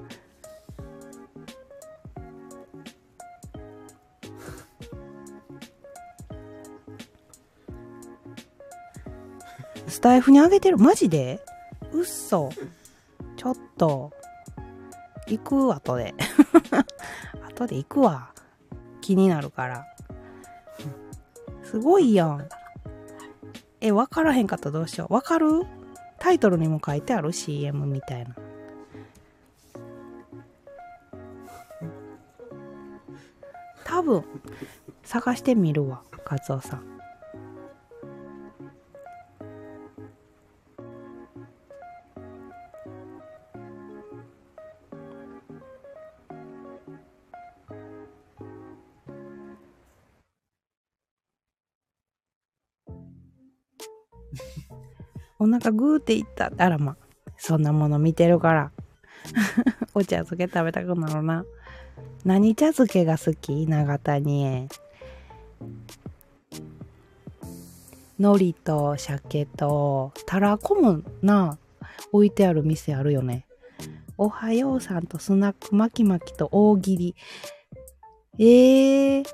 Speaker 1: スタイフにあげてる？マジで？うっそ。ちょっと。行く？後で。後で行くわ。気になるから。すごいやん。わからへんかったらどうしよう。わかる？タイトルにも書いてある CM みたいな。多分、探してみるわ、カツオさん。お腹グーっていった。あらま。そんなもの見てるから。お茶漬け食べたくなるな。何茶漬けが好き？長谷へ。海苔と鮭とたらこもな、置いてある店あるよね。おはようさんとスナック巻き巻きと大喜利。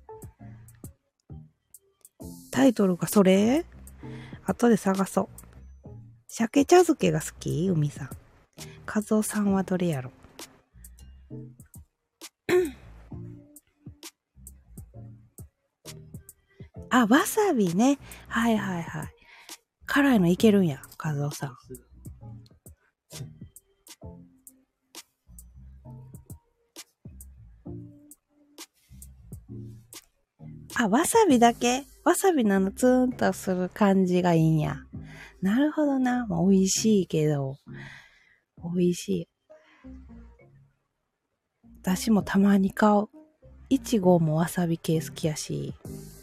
Speaker 1: タイトルがそれ？後で探そう。鮭茶漬けが好き？海さん。和夫さんはどれやろ？あ、わさびね。はいはいはい。辛いのいけるんや、和夫さん。あ、わさびだけ？わさびのツーンとする感じがいいんや。なるほどな。まあ、美味しいけど。美味しい。私もたまに買う。いちごもわさび系好きやし。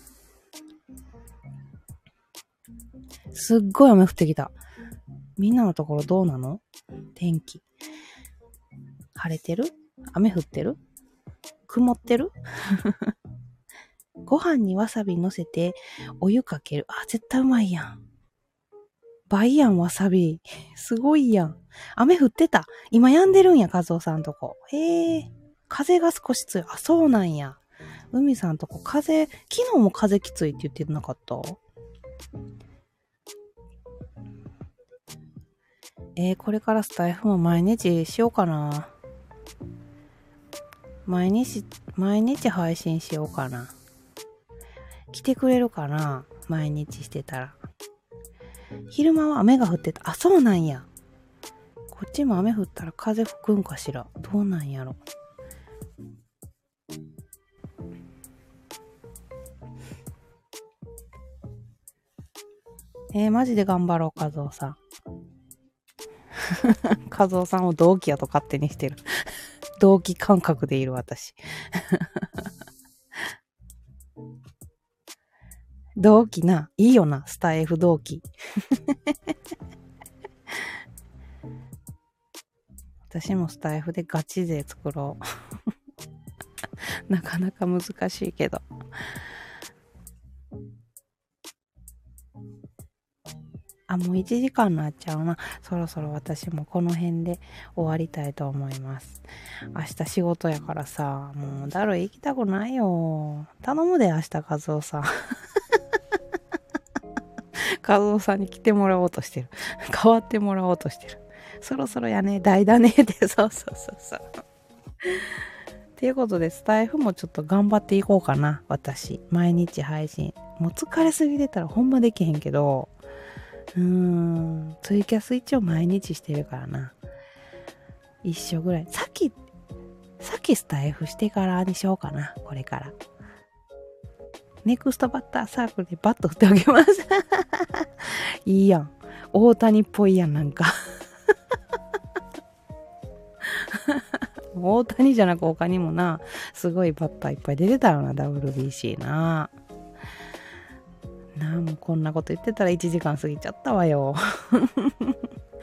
Speaker 1: すっごい雨降ってきた。みんなのところどうなの？天気。晴れてる？雨降ってる？曇ってる？ご飯にわさび乗せてお湯かける。あ、絶対うまいやん。倍やん、わさび。すごいやん。雨降ってた。今止んでるんや、和夫さんとこ。へえ。風が少し強い。あ、そうなんや。海さんとこ風、昨日も風きついって言ってなかった？これからスタイフも毎日しようかな。毎日配信しようかな。来てくれるかな？毎日してたら。昼間は雨が降ってた。あ、そうなんや。こっちも雨降ったら風吹くんかしら。どうなんやろ。マジで頑張ろう、和夫さん。和夫さんを同期やと勝手にしてる。同期感覚でいる私。同期な。いいよな、スタイフ同期。私もスタイフでガチ勢作ろう。なかなか難しいけど。あ、もう1時間になっちゃうな。そろそろ私もこの辺で終わりたいと思います。明日仕事やからさ、もうだるい行きたくないよ。頼むで、明日和夫さん。和夫さんに来てもらおうとしてる。変わってもらおうとしてる。そろそろやね、代だねって、そうそうそうそう。っていうことで、スタイフもちょっと頑張っていこうかな、私。毎日配信。もう疲れすぎてたらほんまできへんけど、ツイキャス一応毎日してるからな。一緒ぐらい。さっきスタイフしてからにしようかな、これから。ネクストバッターサークルでバッと振ってあげます。いいやん。大谷っぽいやん、なんか。大谷じゃなく他にもな、すごいバッターいっぱい出てたよな、WBC な。なあ、もうこんなこと言ってたら1時間過ぎちゃったわよ。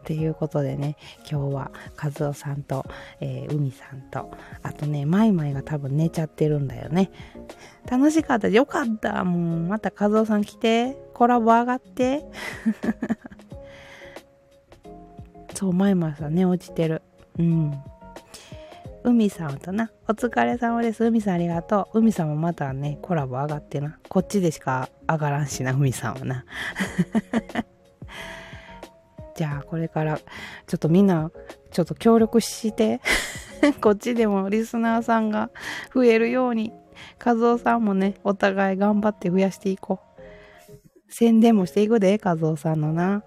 Speaker 1: っていうことでね、今日は和夫さんと、海さんと、あとね、マイマイが多分寝ちゃってるんだよね。楽しかった。よかった。もう、また和夫さん来て、コラボ上がって。そう、マイマイさん寝落ちてる。うん。海さんとな、お疲れ様です。海さんありがとう。海さんもまたね、コラボ上がってな。こっちでしか上がらんしな、海さんはな。じゃあ、これから、ちょっとみんな、ちょっと協力して、こっちでもリスナーさんが増えるように、和夫さんもね、お互い頑張って増やしていこう。宣伝もしていくで、和夫さんのな。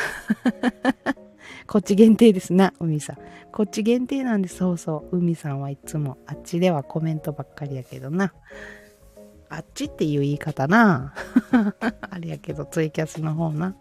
Speaker 1: こっち限定ですな、海さん。こっち限定なんで、そうそう。海さんはいつも、あっちではコメントばっかりやけどな。あっちっていう言い方な。あれやけど、ツイキャスの方な。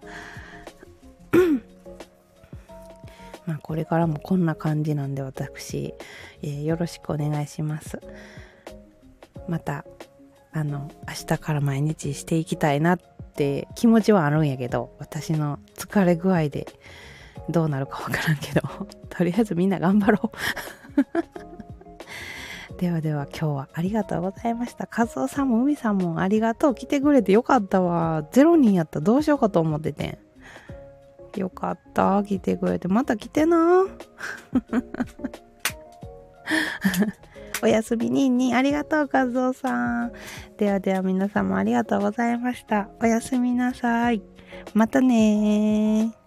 Speaker 1: まあ、これからもこんな感じなんで、私、よろしくお願いします。また、明日から毎日していきたいなって気持ちはあるんやけど、私の疲れ具合で、どうなるかわからんけどとりあえずみんな頑張ろうではでは今日はありがとうございました。和夫さんも海さんもありがとう。来てくれてよかったわ。0人やったらどうしようかと思っててん。よかった。来てくれて。また来てなおやすみにんにんありがとう和夫さん。ではでは皆様ありがとうございました。おやすみなさい。またねー。